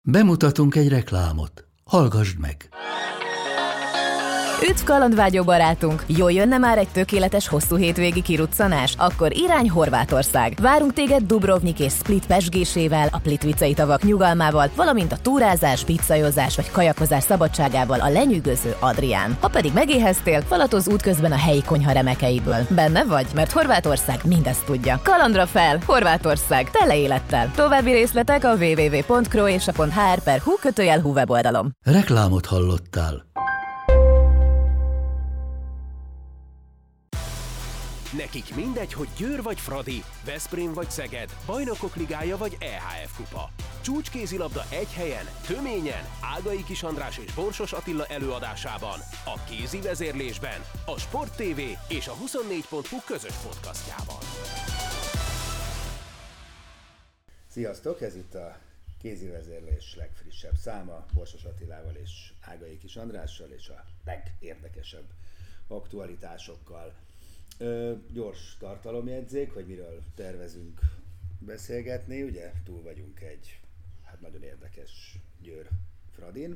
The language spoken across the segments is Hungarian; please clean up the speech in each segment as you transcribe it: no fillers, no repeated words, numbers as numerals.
Bemutatunk egy reklámot. Hallgasd meg! Üdv kalandvágyó barátunk! Jól jönne már egy tökéletes hosszú hétvégi kiruccanás? Akkor irány Horvátország! Várunk téged Dubrovnik és Split pezsgésével, a Plitvicei tavak nyugalmával, valamint a túrázás, pizzajozás vagy kajakozás szabadságával a lenyűgöző Adrián. Ha pedig megéheztél, falatoz útközben a helyi konyha remekeiből. Benne vagy? Mert Horvátország mindezt tudja. Kalandra fel! Horvátország! Tele élettel! További részletek a www.croatia.hr/hu weboldalon. Reklámot hallottál. Nekik mindegy, hogy Győr vagy Fradi, Veszprém vagy Szeged, Bajnokok Ligája vagy EHF Kupa. Csúcskézilabda egy helyen, töményen, Ágai Kis András és Borsos Attila előadásában, a kézi vezérlésben, a Sport TV és a 24.hu közös podcastjában. Sziasztok, ez itt a kézi vezérlés legfrissebb száma, Borsos Attilával és Ágai Kis Andrással és a legérdekesebb aktualitásokkal. Gyors tartalomjegyzék, hogy miről tervezünk beszélgetni. Ugye túl vagyunk egy nagyon érdekes Győr-Fradin.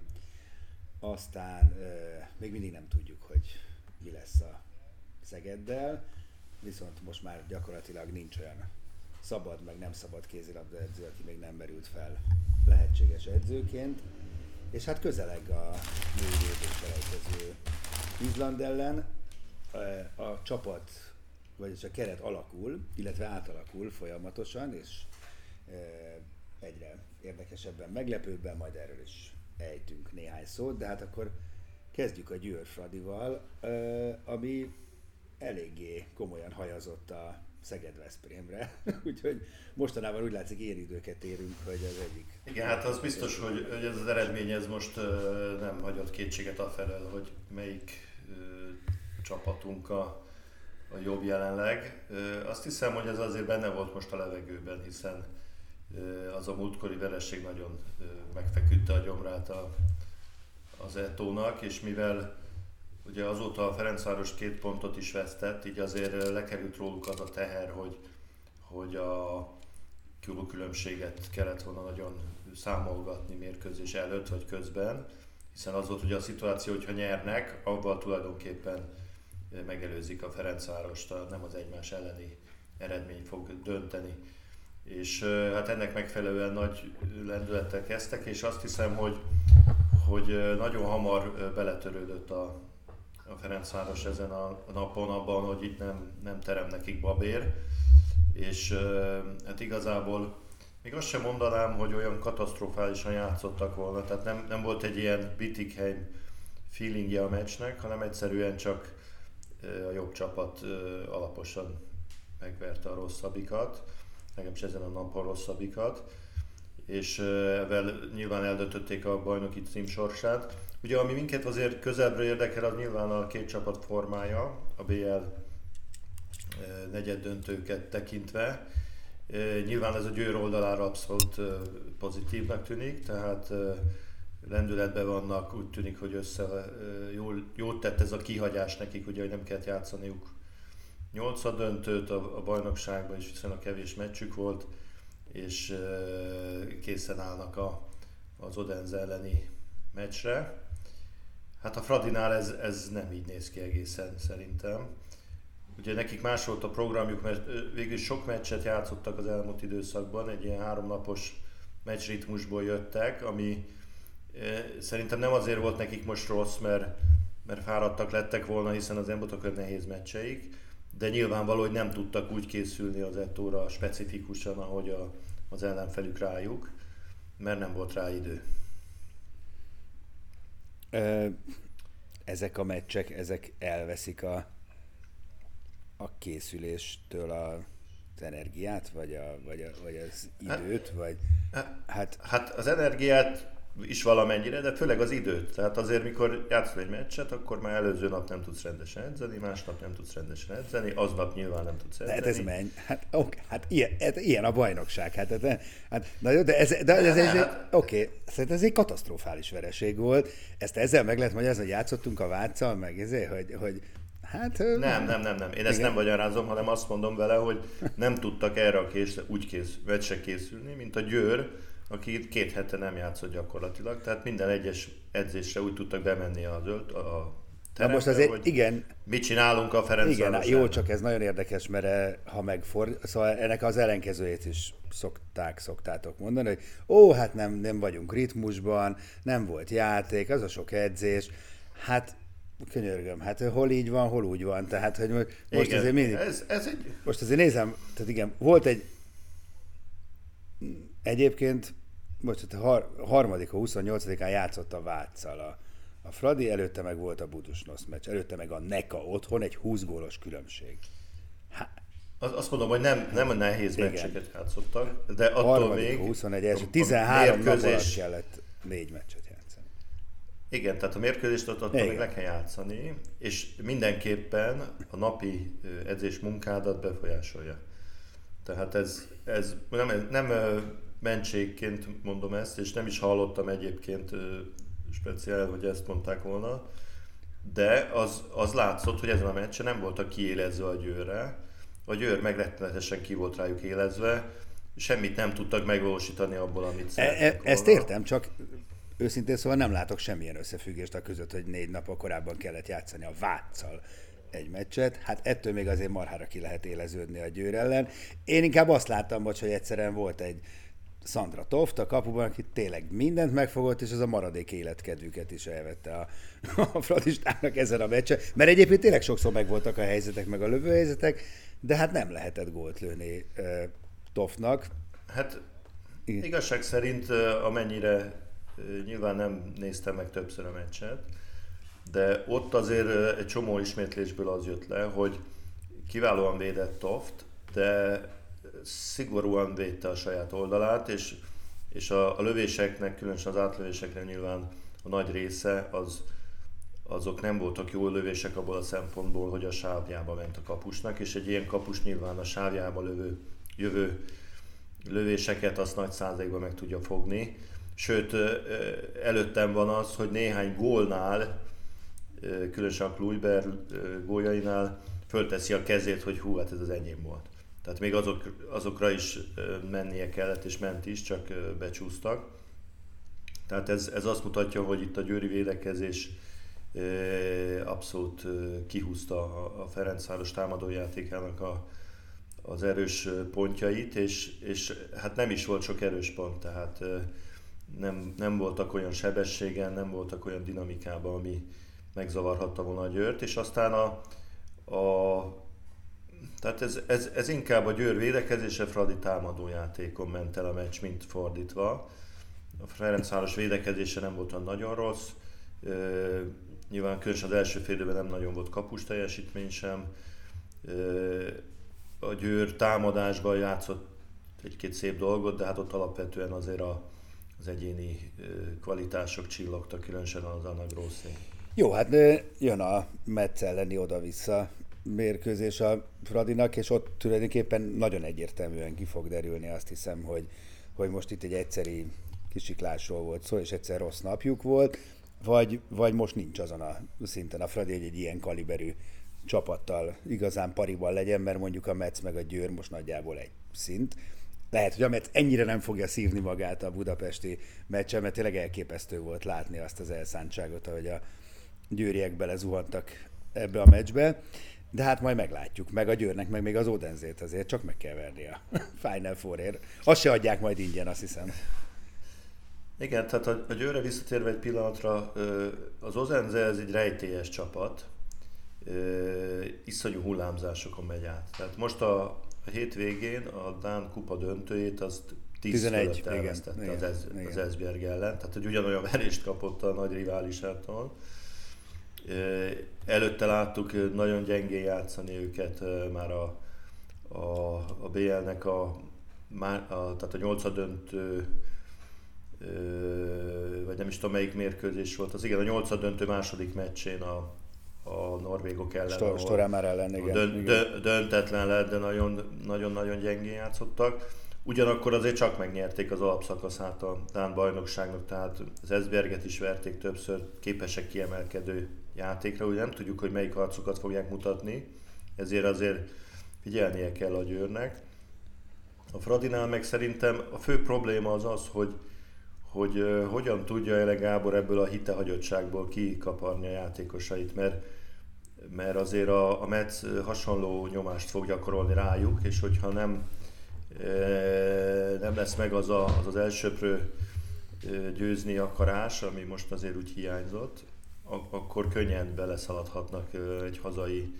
Aztán még mindig nem tudjuk, hogy mi lesz a Szegeddel, viszont most már gyakorlatilag nincs olyan szabad, meg nem szabad kézilabda edző, aki még nem merült fel lehetséges edzőként. És hát közeleg a VB-selejtező Izland ellen. A csapat, vagyis a keret alakul, illetve átalakul folyamatosan, és egyre érdekesebben, meglepőbben, majd erről is ejtünk néhány szót, de hát akkor kezdjük a Győr-Fradival, ami eléggé komolyan hajazott a Szeged-Veszprémre, úgyhogy mostanában úgy látszik, ilyen időket érünk, hogy az egyik. Igen, hát az biztos, hogy ez az eredmény ez most nem hagyott kétséget afelől, hogy melyik csapatunk a jobb jelenleg. Azt hiszem, hogy ez azért benne volt most a levegőben, hiszen az a múltkori vereség nagyon megfeküdte a gyomrát az Etónak, és mivel ugye azóta a Ferencváros 2 pontot is vesztett, így azért lekerült róluk az a teher, hogy a különbséget kellett volna nagyon számolgatni mérkőzés előtt vagy közben, hiszen az volt ugye a szituáció, hogyha nyernek, abban tulajdonképpen megelőzik a Ferencvárost, nem az egymás elleni eredmény fog dönteni. És hát ennek megfelelően nagy lendülettel kezdtek, és azt hiszem, hogy nagyon hamar beletörődött a Ferencváros ezen a napon abban, hogy itt nem terem nekik babér, és hát igazából még azt sem mondanám, hogy olyan katasztrofálisan játszottak volna, tehát nem volt egy ilyen Bietigheim feelingje a meccsnek, hanem egyszerűen csak a jobb csapat alaposan megverte a rosszabbikat, legalábbis ezen a napon rosszabbikat, és ezzel nyilván eldöntötték a bajnoki cím sorsát. Ugye ami minket azért közelről érdekel, az nyilván a 2 csapat formája, a BL negyeddöntőket tekintve. Nyilván ez a Győr oldalára abszolút pozitívnak tűnik, tehát lendületben vannak, úgy tűnik, hogy jól tett ez a kihagyás nekik, ugye, hogy nem kellett játszaniuk 8 döntőt a bajnokságban, és viszonylag kevés meccsük volt, és készen állnak az Odense elleni meccsre. Hát a Fradinál ez nem így néz ki egészen szerintem. Ugye nekik más volt a programjuk, mert végül sok meccset játszottak az elmúlt időszakban, egy ilyen 3 napos meccsritmusból jöttek, ami szerintem nem azért volt nekik most rossz, mert fáradtak lettek volna, hiszen az nem voltak olyan nehéz meccseik, de nyilvánvaló, hogy nem tudtak úgy készülni az Etóra specifikusan, ahogy az ellenfelük rájuk, mert nem volt rá idő. Ezek a meccsek, ezek elveszik a készüléstől az energiát, vagy az időt, vagy... Hát az energiát is valamennyire, de főleg az időt. Tehát azért, mikor játszol egy meccset, akkor már előző nap nem tudsz rendesen edzeni, másnap nem tudsz rendesen edzeni, aznap nyilván nem tudsz edzeni. Hát ez menj. Ilyen a bajnokság. Na jó, de ez oké. Szerintem ez egy katasztrofális vereség volt. Ezt meg lehet magyarázni, hogy játszottunk a Váccal, meg ezért, hogy hát... Nem. Én ezt nem magyarázom, hanem azt mondom vele, hogy nem tudtak erre a meccsre készülni, mint a Győr, aki 2 hete nem játszott gyakorlatilag, tehát minden egyes edzésre úgy tudtak bemenni a terembe, most azért, hogy igen, mit csinálunk a Ferencváros. Igen, jó, csak ez nagyon érdekes, mert szóval ennek az ellenkezőjét is szoktátok mondani, hogy hát nem vagyunk ritmusban, nem volt játék, az a sok edzés, hát könyörgöm, hát hol így van, hol úgy van, tehát hogy most igen, azért mindig, most azért nézem, tehát igen, volt egyébként, most a harmadika, 28-án játszott a Váccal a Fradi, előtte meg volt a Budusnosz meccs, előtte meg a Neka otthon, egy 20 gólos különbség. Azt mondom, hogy nem a nehéz meccseket játszottak, de attól még 21 első, 13 nap alatt kellett 4 meccset játszani. Igen, tehát a mérkőzést attól még le kell játszani, és mindenképpen a napi edzés munkádat befolyásolja. Tehát ez nem mentségként mondom ezt, és nem is hallottam egyébként speciál, hogy ezt mondták volna, de az látszott, hogy ezen a meccsen nem voltak kiélezve a Győrre. A Győr megrettenetesen ki volt rájuk élezve, semmit nem tudtak megvalósítani abból, amit szerettek volna. Ezt értem, csak őszintén szóval nem látok semmilyen összefüggést a között, hogy 4 nappal korábban kellett játszani a Váccal egy meccset. Hát ettől még azért marhára ki lehet éleződni a Győr ellen. Én inkább azt láttam, hogy egyszerűen volt egy Szandra Toft a kapuban, aki tényleg mindent megfogott, és az a maradék életkedvüket is elvette a fradistának ezen a meccsen. Mert egyébként tényleg sokszor megvoltak a helyzetek, meg a lövőhelyzetek, de hát nem lehetett gólt lőni Toftnak. Hát igazság szerint, amennyire nyilván nem néztem meg többször a meccset, de ott azért egy csomó ismétlésből az jött le, hogy kiválóan védett Toft, de szigorúan védte a saját oldalát, és a lövéseknek, különösen az átlövéseknek nyilván a nagy része, azok nem voltak jó lövések abból a szempontból, hogy a sávjába ment a kapusnak, és egy ilyen kapus nyilván a sávjába jövő lövéseket azt nagy százalékban meg tudja fogni. Sőt, előttem van az, hogy néhány gólnál, különösen a Kluiber góljainál fölteszi a kezét, hogy hú, hát ez az enyém volt. Tehát még azokra is mennie kellett, és ment is, csak becsúsztak. Tehát ez azt mutatja, hogy itt a győri védekezés abszolút kihúzta a Ferencváros támadójátékának az erős pontjait, és hát nem is volt sok erős pont, tehát nem voltak olyan sebességen, nem voltak olyan dinamikában, ami megzavarhatta volna a Győrt, és aztán tehát ez inkább a Győr védekezése, Fradi támadójátékon ment el a meccs, mint fordítva. A Ferencváros védekezése nem volt olyan nagyon rossz, nyilván különösen az első fél időben nem nagyon volt kapus teljesítmény sem. A Győr támadásban játszott egy-két szép dolgot, de hát ott alapvetően azért az egyéni kvalitások csillogtak, különösen az Anna Grossi. Jó, hát jön a Metz elleni oda-vissza mérkőzés a Fradinak, és ott tulajdonképpen nagyon egyértelműen ki fog derülni, azt hiszem, hogy most itt egy egyszeri kisiklásról volt szó, és egyszer rossz napjuk volt, vagy most nincs azon a szinten a Fradi, hogy egy ilyen kaliberű csapattal igazán pariban legyen, mert mondjuk a Metz meg a Győr most nagyjából egy szint. Lehet, hogy a Metz ennyire nem fogja szívni magát a budapesti meccsen, mert tényleg elképesztő volt látni azt az elszántságot, ahogy a győriek belezuhantak ebbe a meccsbe. De hát majd meglátjuk, meg a Győrnek, meg még az Odenzét azért csak meg kell verni a Final Fourért. Azt se adják majd ingyen, azt hiszem. Igen, tehát a Győrre visszatérve egy pillanatra, az Odense ez egy rejtélyes csapat, iszonyú hullámzásokon megy át. Tehát most a hétvégén a Dán kupa döntőjét azt 10 fölött elvesztette az Esbjerg ellen, tehát hogy ugyanolyan verést kapott a nagy riválisától. Előtte láttuk nagyon gyengén játszani őket már a BL-nek tehát a 8. döntő, vagy nem is tudom melyik mérkőzés volt, az igen, a 8. döntő második meccsén a norvégok ellen. Storhamar ellen, igen. Döntetlen lett, de nagyon-nagyon gyengén játszottak. Ugyanakkor azért csak megnyerték az alapszakaszát a dán bajnokságnak, tehát az Esbjerget is verték többször, képesek kiemelkedő játékra, ugye nem tudjuk, hogy melyik arcukat fogják mutatni, ezért azért figyelnie kell a Győrnek. A Fradinál meg szerintem a fő probléma az, hogy hogyan tudja Ele Gábor ebből a hitehagyottságból kikaparni a játékosait, mert azért a Metsz hasonló nyomást fog gyakorolni rájuk, és hogyha nem lesz meg az elsöprő győzni akarás, ami most azért úgy hiányzott, akkor könnyen beleszaladhatnak egy hazai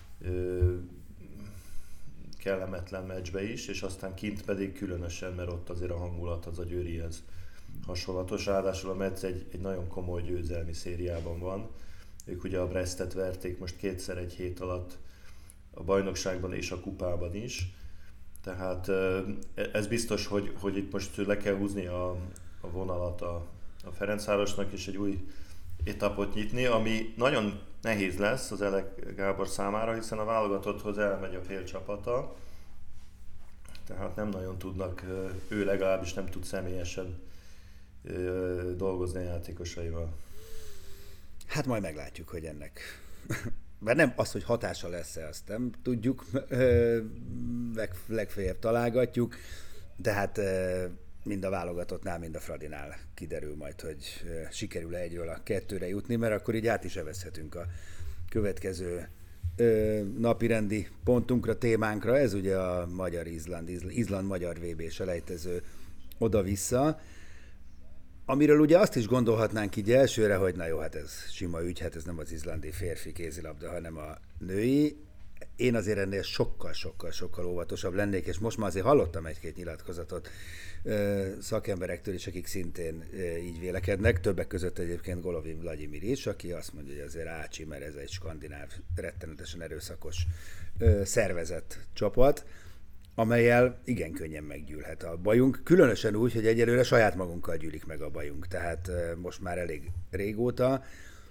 kellemetlen meccsbe is, és aztán kint pedig különösen, mert ott azért a hangulat az a Győrihez hasonlatos. Ráadásul a Metsz egy nagyon komoly győzelmi szériában van. Ők ugye a Brestet verték most kétszer egy hét alatt a bajnokságban és a kupában is. Tehát ez biztos, hogy itt most le kell húzni a vonalat a Ferencvárosnak, és egy új etapot nyitni, ami nagyon nehéz lesz az Ele Gábor számára, hiszen a válogatotthoz elmegy a fél csapata, tehát nem nagyon tudnak, ő legalábbis nem tud személyesen dolgozni a játékosaival. Hát majd meglátjuk, hogy ennek... Mert nem az, hogy hatása lesz-e, azt nem tudjuk, legfeljebb találgatjuk, de hát mind a válogatottnál, mind a Fradinál kiderül majd, hogy sikerül egyről a kettőre jutni, mert akkor így át is evezhetünk a következő napirendi pontunkra, témánkra. Ez ugye a Izland-Magyar VB selejtező oda-vissza, amiről ugye azt is gondolhatnánk így elsőre, hogy na jó, hát ez sima ügy, hát ez nem az izlandi férfi kézilabda, hanem a női. Én azért ennél sokkal óvatosabb lennék, és most már azért hallottam egy-két nyilatkozatot szakemberektől is, akik szintén így vélekednek, többek között egyébként Golovin Vladimir is, aki azt mondja, hogy azért ácsi, mert ez egy skandináv, rettenetesen erőszakos szervezett csapat, amellyel igen könnyen meggyűlhet a bajunk, különösen úgy, hogy egyelőre saját magunkkal gyűlik meg a bajunk, tehát most már elég régóta,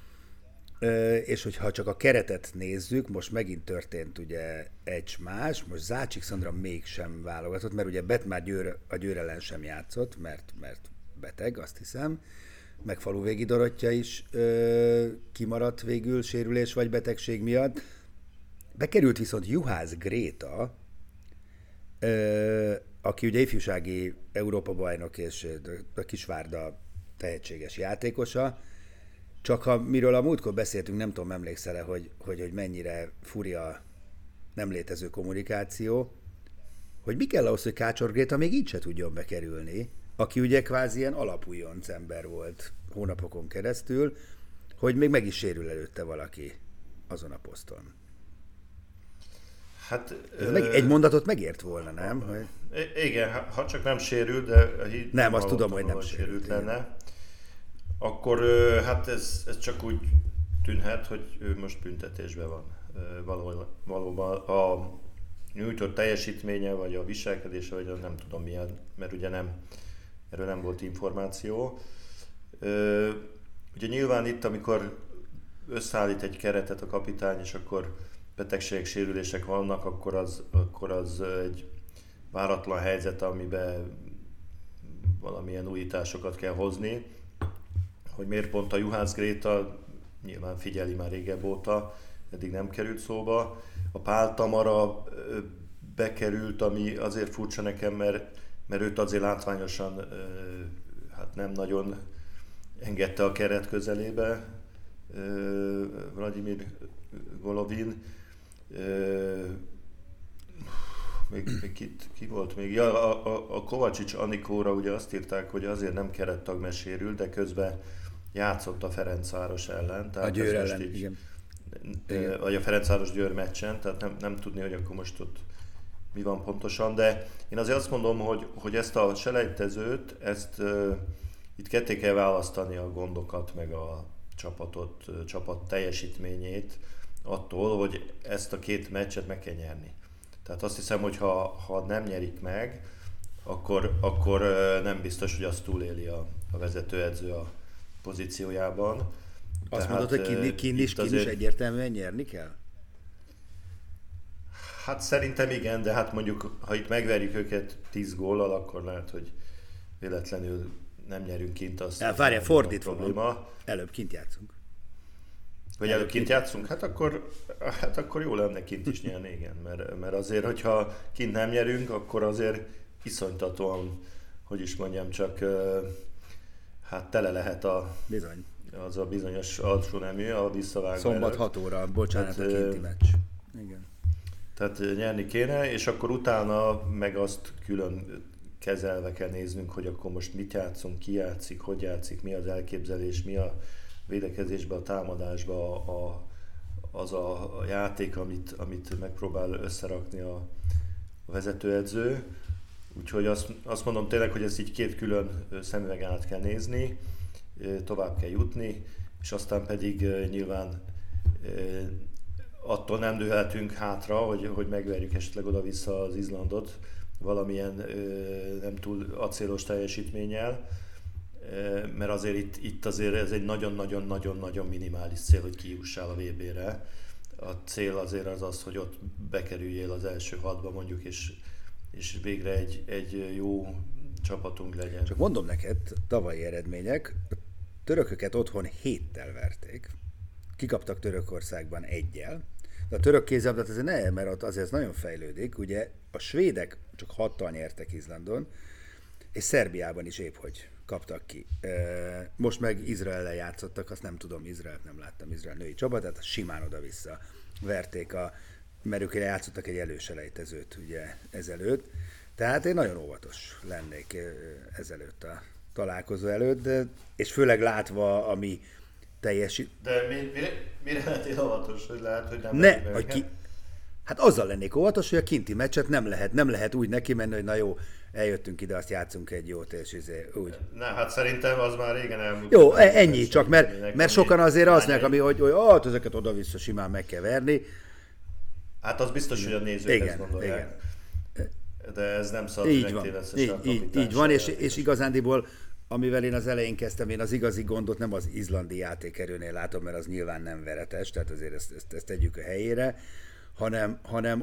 és hogyha csak a keretet nézzük, most megint történt ugye egy más, most Zácsik Szandra mégsem válogatott, mert ugye már a Győr ellen sem játszott, mert beteg, azt hiszem, meg Faluvégi Dorottya is kimaradt végül sérülés vagy betegség miatt. Bekerült viszont Juhász Gréta, aki ugye ifjúsági Európa-bajnok és a Kisvárda tehetséges játékosa, csak miről a múltkor beszéltünk, nem tudom, emlékszel-e, hogy mennyire furja nem létező kommunikáció, hogy mi kell ahhoz, hogy Kácsor Gréta még így se tudjon bekerülni, aki ugye kvázi ilyen alapújonc ember volt hónapokon keresztül, hogy még meg is sérül előtte valaki azon a poszton. Hát, egy mondatot megért volna, nem? Hogy... Igen, ha csak nem sérül, de nem, azt tudom, hogy nem sérült lenne. Akkor hát ez csak úgy tűnhet, hogy ő most büntetésben van. Valóban a nyújtott teljesítménye, vagy a viselkedése, vagy nem tudom milyen, mert ugye erről nem volt információ. Ugye nyilván itt, amikor összeállít egy keretet a kapitány, és akkor betegségek, sérülések vannak, akkor az egy váratlan helyzet, amiben valamilyen újításokat kell hozni. Hogy miért pont a Juhász Gréta, nyilván figyeli már régebb óta, eddig nem került szóba. A Pál Tamara bekerült, ami azért furcsa nekem, mert őt azért látványosan hát nem nagyon engedte a keret közelébe Vladimir Golovin. Még ki volt még? Ja, a Kovácsics Anikóra ugye azt írták, hogy azért nem kerettag, mert sérült, de közben játszott a Ferencváros ellen. Tehát a Győr ellen, igen. Vagy a Ferencváros-Győr meccsen, tehát nem tudni, hogy akkor most ott mi van pontosan, de én azért azt mondom, hogy ezt a selejtezőt, itt ketté kell választani a gondokat, meg a csapat teljesítményét attól, hogy ezt a két meccset meg kell nyerni. Tehát azt hiszem, hogy ha nem nyerik meg, akkor nem biztos, hogy azt túléli a vezetőedző a pozíciójában. Azt mondod, hogy kinn is egyértelműen nyerni kell? Hát szerintem igen, de hát mondjuk, ha itt megverjük őket 10 góllal, akkor lehet, hogy véletlenül nem nyerünk kint. Várjál, fordítva van. Előbb kint játszunk. Vagy előbb kint játszunk? Hát akkor jó lenne kint is nyerni, igen. Mert azért, hogyha kint nem nyerünk, akkor azért iszonytatóan, hogy is mondjam, csak hát tele lehet Bizony. az a bizonyos alsó nemű, a visszavágó Szombat előtt. 6 óra, bocsánat, a kinti meccs. Igen. Tehát nyerni kéne, és akkor utána meg azt külön kezelve kell néznünk, hogy akkor most mit játszunk, ki játszik, hogy játszik, mi az elképzelés, mi a védekezésben, a támadásban az a játék, amit megpróbál összerakni a vezetőedző. Úgyhogy azt mondom tényleg, hogy ezt így két külön szemüveg át kell nézni, tovább kell jutni, és aztán pedig nyilván attól nem dőlhetünk hátra, hogy megverjük esetleg oda-vissza az Izlandot valamilyen nem túl acélos teljesítménnyel, mert azért itt azért ez egy nagyon-nagyon-nagyon-nagyon minimális cél, hogy kijussál a VB-re. A cél azért az, hogy ott bekerüljél az első 6-ba mondjuk, és végre egy jó csapatunk legyen. Csak mondom neked, tavalyi eredmények, a törököket otthon 7-tel verték, kikaptak Törökországban 1-jel, de a török kézilabdát azért ne, mert ott azért ez nagyon fejlődik, ugye a svédek csak 6-tal nyertek Izlandon, és Szerbiában is épp hogy kaptak ki. Most meg Izraellel játszottak, azt nem tudom, Izraelt nem láttam, Izrael női csapatát, simán oda-vissza verték, mert ők játszottak egy előselejtezőt ugye ezelőtt. Tehát én nagyon óvatos lennék ezelőtt a találkozó előtt, és főleg látva, ami teljesít. De mire lennél óvatos, hogy lehet, hogy nem Hát azzal lennék óvatos, hogy a kinti meccset nem lehet úgy neki menni, hogy na jó, eljöttünk ide, azt játszunk egy jót, és úgy. Na, hát szerintem az már régen elmúlt. Jó, ennyi, csak mert sokan azért azt mondják, hogy ezeket oda-vissza simán meg kell verni. Hát az biztos, hogy a nézők ezt gondolják. Igen. De ez nem szabad, hogy megtévesztesen a kapitányság. Így van, és igazándiból, amivel én az elején kezdtem, én az igazi gondot nem az izlandi játékerőnél látom, mert az nyilván nem veretes, tehát azért ezt tegyük a helyére, hanem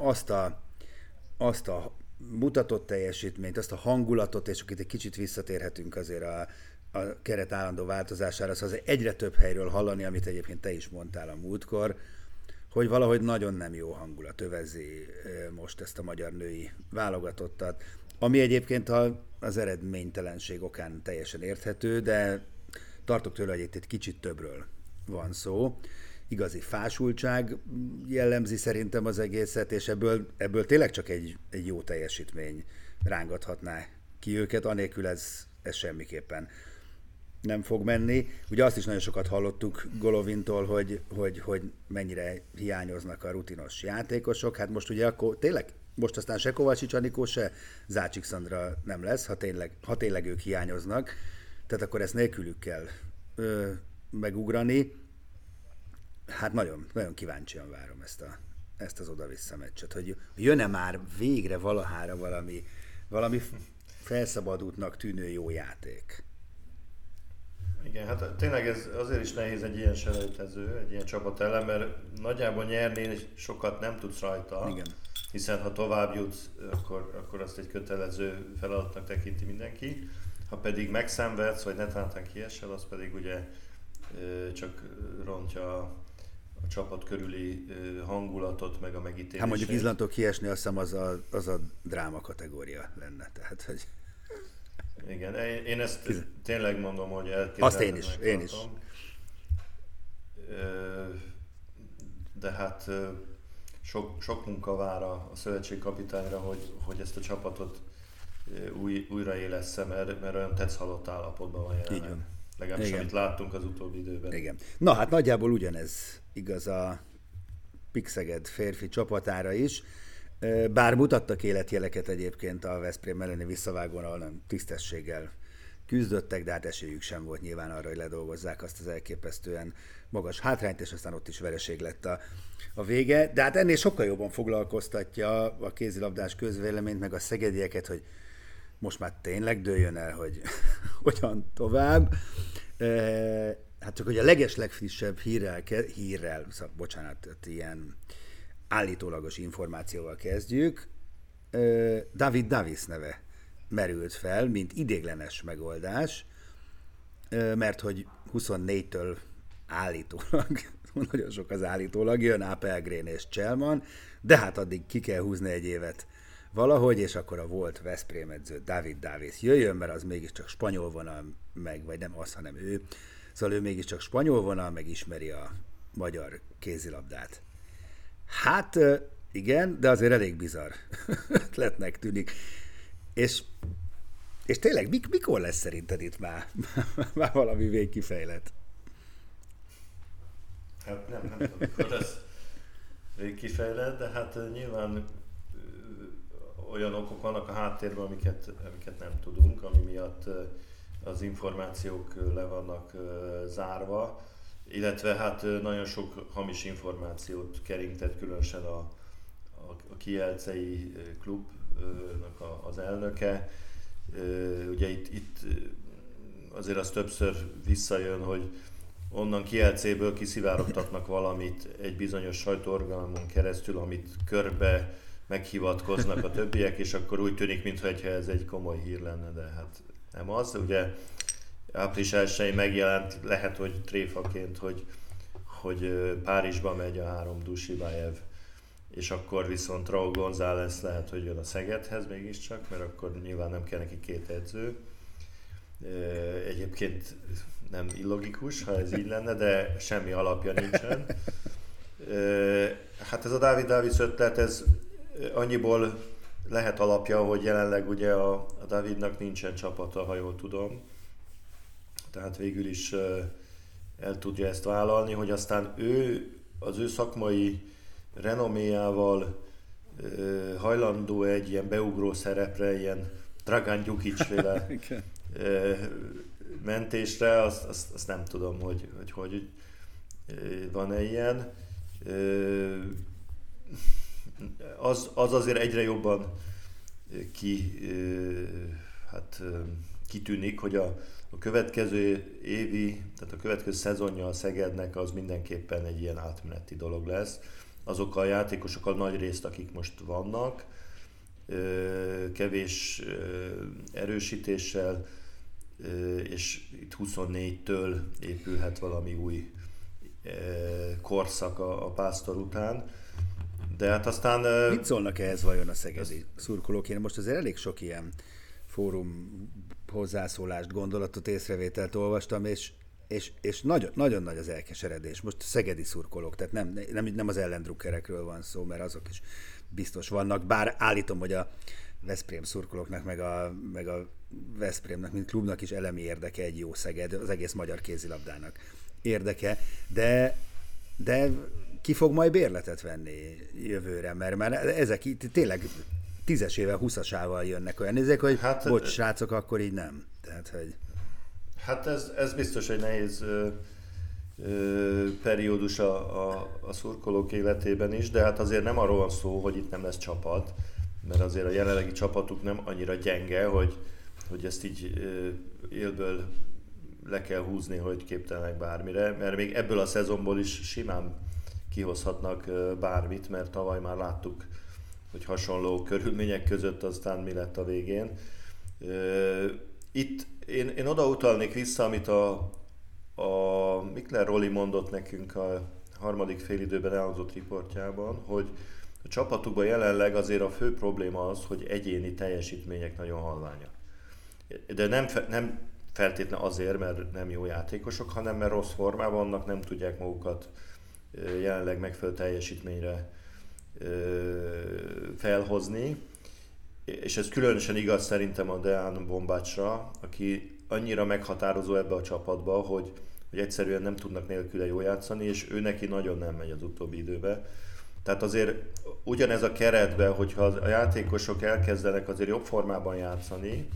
azt a mutatott teljesítményt, azt a hangulatot, és akkor itt egy kicsit visszatérhetünk azért a keret állandó változására, szóval egyre több helyről hallani, amit egyébként te is mondtál a múltkor, hogy valahogy nagyon nem jó hangulat övezi most ezt a magyar női válogatottat, ami egyébként az eredménytelenség okán teljesen érthető, de tartok tőle, hogy itt egy kicsit többről van szó. Igazi fásultság jellemzi szerintem az egészet, és ebből tényleg csak egy jó teljesítmény rángathatná ki őket, anélkül ez semmiképpen nem fog menni. Ugye azt is nagyon sokat hallottuk Golovintól, hogy mennyire hiányoznak a rutinos játékosok. Hát most ugye akkor tényleg, most aztán se Kovácsics Anikó, se Zácsik Szandra nem lesz, ha tényleg ők hiányoznak. Tehát akkor ezt nélkülük kell megugrani. Hát nagyon, nagyon kíváncsian várom ezt az oda-vissza meccset, hogy jön-e már végre valahára valami felszabadultnak tűnő jó játék. Igen, hát tényleg ez azért is nehéz egy ilyen selejtező, egy ilyen csapat ellen, mert nagyjából nyerni sokat nem tudsz rajta. Igen. Hiszen ha tovább jutsz, akkor azt egy kötelező feladatnak tekinti mindenki. Ha pedig megszenvedsz, vagy netán kiesel, az pedig ugye csak rontja a csapat körüli hangulatot, meg a megítélését. Hát mondjuk Izlandtól kiesni, azt hiszem az a dráma kategória lenne. Tehát, hogy... Igen, én ezt tényleg mondom, hogy azt én is. De hát sok munka vár a szövetségkapitányra, hogy ezt a csapatot újraélessze, mert olyan tetszhalott állapotban van jelenleg. Legalábbis amit láttunk az utóbbi időben. Igen. Na hát nagyjából ugyanez igaz a Pixeged férfi csapatára is, bár mutattak életjeleket egyébként a Veszprém elleni visszavágón, ahol nem tisztességgel küzdöttek, de hát esélyük sem volt nyilván arra, hogy ledolgozzák azt az elképesztően magas hátrányt, és aztán ott is vereség lett a vége. De hát ennél sokkal jobban foglalkoztatja a kézilabdás közvéleményt, meg a szegedieket, hogy most már tényleg dőljön el, hogy hogyan tovább. Hát csak, hogy a legfrissebb hírrel, ilyen állítólagos információval kezdjük. David Davis neve merült fel, mint idéglenes megoldás, mert hogy 24-től állítólag, nagyon sok az állítólag, jön Apelgren és Cselman, de hát addig ki kell húzni egy évet valahogy, és akkor a volt Veszprém edző David Davis jöjjön, mert az mégiscsak spanyol vonal, vagy nem az, hanem ő. Szóval ő mégiscsak spanyol vonal, meg ismeri a magyar kézilabdát. Hát igen, de azért elég bizarr ötletnek tűnik. És tényleg, mikor lesz szerinted itt már valami végkifejlet? Hát nem tudom, mikor lesz végkifejlet, de hát nyilván olyan okok vannak a háttérben, amiket nem tudunk, ami miatt az információk le vannak zárva, illetve hát nagyon sok hamis információt keringtett, különösen a Kielcei klubnak az elnöke. Ugye itt azért az többször visszajön, hogy onnan Kielcéből kiszivárogtatnak valamit egy bizonyos sajtóorganumon keresztül, amit körbe meghivatkoznak a többiek, és akkor úgy tűnik, mintha ez egy komoly hír lenne, de hát nem az. Ugye április 1-én megjelent, lehet, hogy tréfaként, hogy Párizsba megy a 3 Dushibayev, és akkor viszont Raúl González lehet, hogy jön a Szegedhez mégiscsak, mert akkor nyilván nem kell neki 2 edző. Egyébként nem illogikus, ha ez így lenne, de semmi alapja nincsen. Hát ez a David Davis ötlet, ez annyiból lehet alapja, hogy jelenleg ugye a Davidnak nincsen csapata, ha jól tudom. Tehát végül is el tudja ezt vállalni, hogy aztán az ő szakmai renoméjával hajlandó egy ilyen beugró szerepre, ilyen Dragan Djukic-féle mentésre, azt nem tudom, hogy van-e ilyen. Az azért egyre jobban kitűnik, hogy a következő évi, tehát a következő szezonja a Szegednek az mindenképpen egy ilyen átmeneti dolog lesz. Azok a játékosok nagy részt, akik most vannak, kevés erősítéssel, és itt 24-től épülhet valami új korszak a Pásztor után. De hát aztán... Mit szólnak ehhez vajon a szegedi szurkolók? Én most azért elég sok ilyen fórum hozzászólást, gondolatot, észrevételt olvastam, és nagyon nagy az elkeseredés. Most szegedi szurkolók, tehát nem az ellendrukkerekről van szó, mert azok is biztos vannak, bár állítom, hogy a Veszprém szurkolóknak, meg a Veszprémnek, mint klubnak is elemi érdeke egy jó Szeged, az egész magyar kézilabdának érdeke, de ki fog majd bérletet venni jövőre, mert már ezek tényleg 10-es éve 20-asával jönnek olyan nézek, hogy bocs, srácok, akkor így nem. Tehát, hogy... Hát ez biztos egy nehéz periódus a szurkolók életében is, de hát azért nem arról van szó, hogy itt nem lesz csapat, mert azért a jelenlegi csapatuk nem annyira gyenge, hogy ezt így élből le kell húzni, hogy képtelenek bármire, mert még ebből a szezonból is simán kihozhatnak bármit, mert tavaly már láttuk, hogy hasonló körülmények között aztán mi lett a végén. Itt én oda utalnék vissza, amit a Mikler Roli mondott nekünk a harmadik félidőben elhangzott riportjában, hogy a csapatukban jelenleg azért a fő probléma az, hogy egyéni teljesítmények nagyon halványak. De nem feltétlenül azért, mert nem jó játékosok, hanem mert rossz formában vannak, nem tudják magukat jelenleg megfelelő teljesítményre felhozni. És ez különösen igaz szerintem a Dejan Bombácsra, aki annyira meghatározó ebbe a csapatba, hogy egyszerűen nem tudnak nélküle jól játszani, és ő neki nagyon nem megy az utóbbi időben. Tehát azért ugyanez a keretben, hogyha a játékosok elkezdenek azért jobb formában játszani,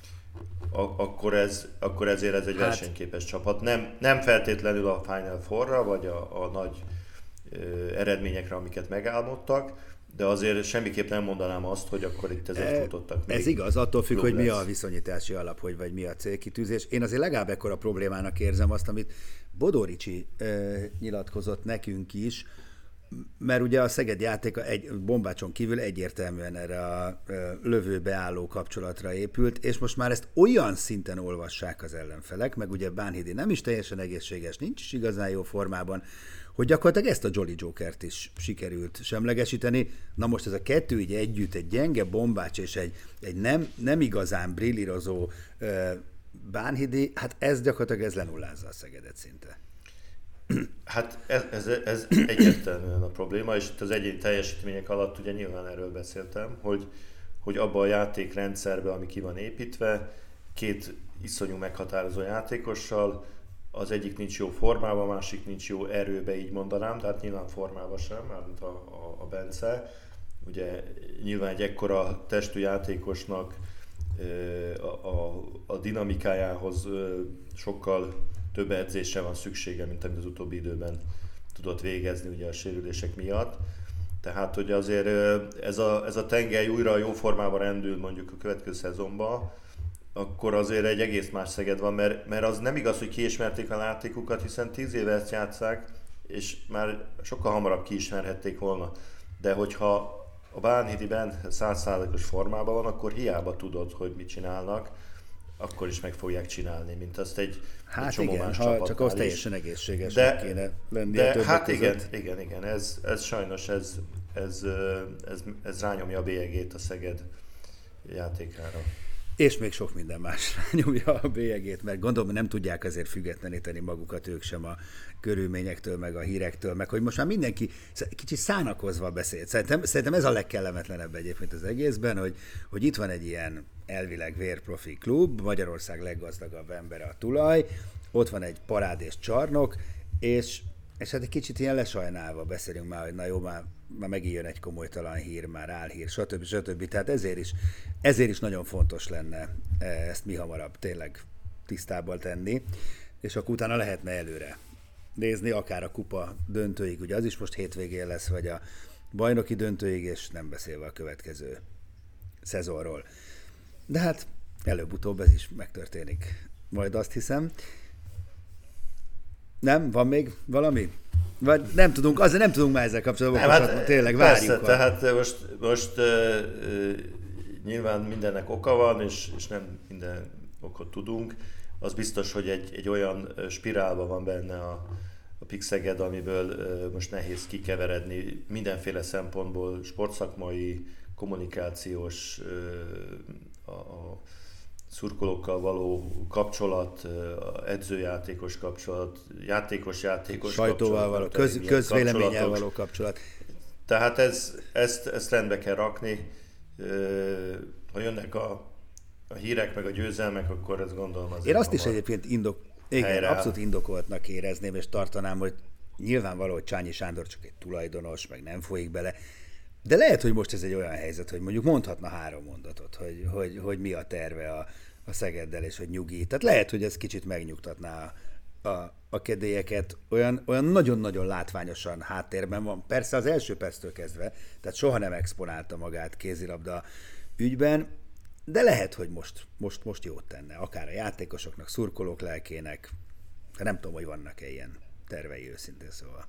akkor ezért ez egy versenyképes csapat. Nem feltétlenül a Final Four-ra, vagy a nagy eredményekre, amiket megálmodtak, de azért semmiképp nem mondanám azt, hogy akkor itt ezért futottak. Ez igaz, attól függ, hogy mi a viszonyítási alap, vagy mi a célkitűzés. Én azért legalább ekkora problémának érzem azt, amit Bodoricsi nyilatkozott nekünk is, mert ugye a Szeged játéka egy Bombácson kívül egyértelműen erre a lövő-beálló kapcsolatra épült, és most már ezt olyan szinten olvassák az ellenfelek, meg ugye Bánhidi nem is teljesen egészséges, nincs is igazán jó formában, hogy gyakorlatilag ezt a Jolly Jokert is sikerült semlegesíteni. Na most ez a kettő így együtt, egy gyenge Bombács és egy nem igazán brillírozó Bánhidi, hát ez gyakorlatilag ez lenullázza a Szegedet szinte. Hát ez egyértelműen a probléma, és itt az egyéni teljesítmények alatt ugye nyilván erről beszéltem, hogy abban a játékrendszerben, ami ki van építve, két iszonyú meghatározó játékossal, az egyik nincs jó formában, a másik nincs jó erőbe, így mondanám, tehát nyilván formában sem, mármint a Bence. Ugye nyilván egy ekkora testű játékosnak a dinamikájához sokkal több edzésre van szüksége, mint amit az utóbbi időben tudott végezni ugye a sérülések miatt. Tehát, hogy azért ez a tengely újra jó formában rendül mondjuk a következő szezonban, akkor azért egy egész más Szeged van, mert az nem igaz, hogy kiismerték a játékukat, hiszen 10 éve ezt játsszák, és már sokkal hamarabb kiismerhették volna. De hogyha a Bánhidiben 100%-os formában van, akkor hiába tudod, hogy mit csinálnak, akkor is meg fogják csinálni, mint azt egy csomó más csapatnál. Csak az teljesen egészségesnek kéne lennie többek hát között. igen, ez sajnos ez rányomja a bélyegét a Szeged játékára. És még sok minden más nyomja a bélyegét, mert gondolom, nem tudják azért függetleníteni magukat ők sem a körülményektől, meg a hírektől, meg hogy most már mindenki kicsit szánakozva beszél. Szerintem ez a legkellemetlenebb egyébként az egészben, hogy itt van egy ilyen elvileg vérprofi klub, Magyarország leggazdagabb embere a tulaj, ott van egy parádés csarnok, és hát egy kicsit ilyen lesajnálva beszélünk már, hogy na jó, már megint jön egy komolytalan hír, már álhír, stb. Tehát ezért is nagyon fontos lenne ezt mihamarabb tényleg tisztábbal tenni, és akkor utána lehetne előre nézni, akár a kupa döntőig, ugye az is most hétvégén lesz, vagy a bajnoki döntőig, és nem beszélve a következő szezonról. De hát előbb-utóbb ez is megtörténik. Majd azt hiszem. Nem? Van még valami? Vagy nem tudunk, azért nem tudunk már ezzel kapcsolatban, tényleg várjuk. Persze, tehát most nyilván mindennek oka van, és nem minden okot tudunk. Az biztos, hogy egy olyan spirálban van benne a Pixeged, amiből most nehéz kikeveredni mindenféle szempontból, sportszakmai, kommunikációs, a szurkolókkal való kapcsolat, edzőjátékos kapcsolat, játékos-játékos sajtóval való, közvéleménnyel való kapcsolat. Tehát ezt rendbe kell rakni. Ha jönnek a hírek meg a győzelmek, akkor ezt gondolom azért. Én azt is egyébként abszolút indokoltnak érezném, és tartanám, hogy nyilvánvaló, hogy Csányi Sándor csak egy tulajdonos, meg nem folyik bele, de lehet, hogy most ez egy olyan helyzet, hogy mondjuk mondhatna 3 mondatot, hogy mi a terve a Szegeddel, és hogy nyugi. Tehát lehet, hogy ez kicsit megnyugtatná a kedélyeket. Olyan nagyon-nagyon látványosan háttérben van. Persze az első perctől kezdve, tehát soha nem exponálta magát kézilabda ügyben, de lehet, hogy most jót tenne. Akár a játékosoknak, szurkolók lelkének. De nem tudom, hogy vannak-e ilyen tervei őszintén szóval.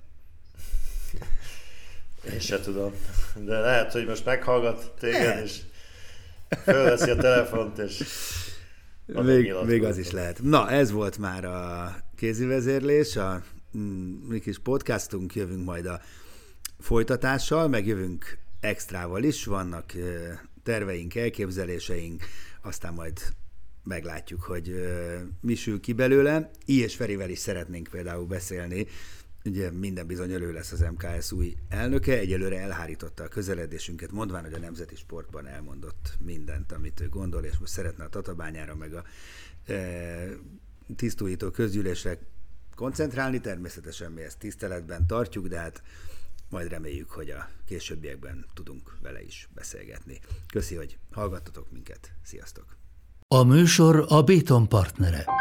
Én se tudom. De lehet, hogy most meghallgat téged, és fölveszi a telefont, és még az is lehet. Na, ez volt már a kézivezérlés, a mi kis podcastunk, jövünk majd a folytatással, meg jövünk extrával is, vannak terveink, elképzeléseink, aztán majd meglátjuk, hogy mi sül ki belőle. I. és Ferivel is szeretnénk például beszélni. Ugye minden bizony ő lesz az MKS új elnöke, egyelőre elhárította a közeledésünket, mondván, hogy a Nemzeti Sportban elmondott mindent, amit ő gondol, és most szeretne a Tatabányára, meg a tisztújító közgyűlésre koncentrálni. Természetesen mi ezt tiszteletben tartjuk, de hát majd reméljük, hogy a későbbiekben tudunk vele is beszélgetni. Köszi, hogy hallgattatok minket. Sziasztok! A műsor a Béton partnere.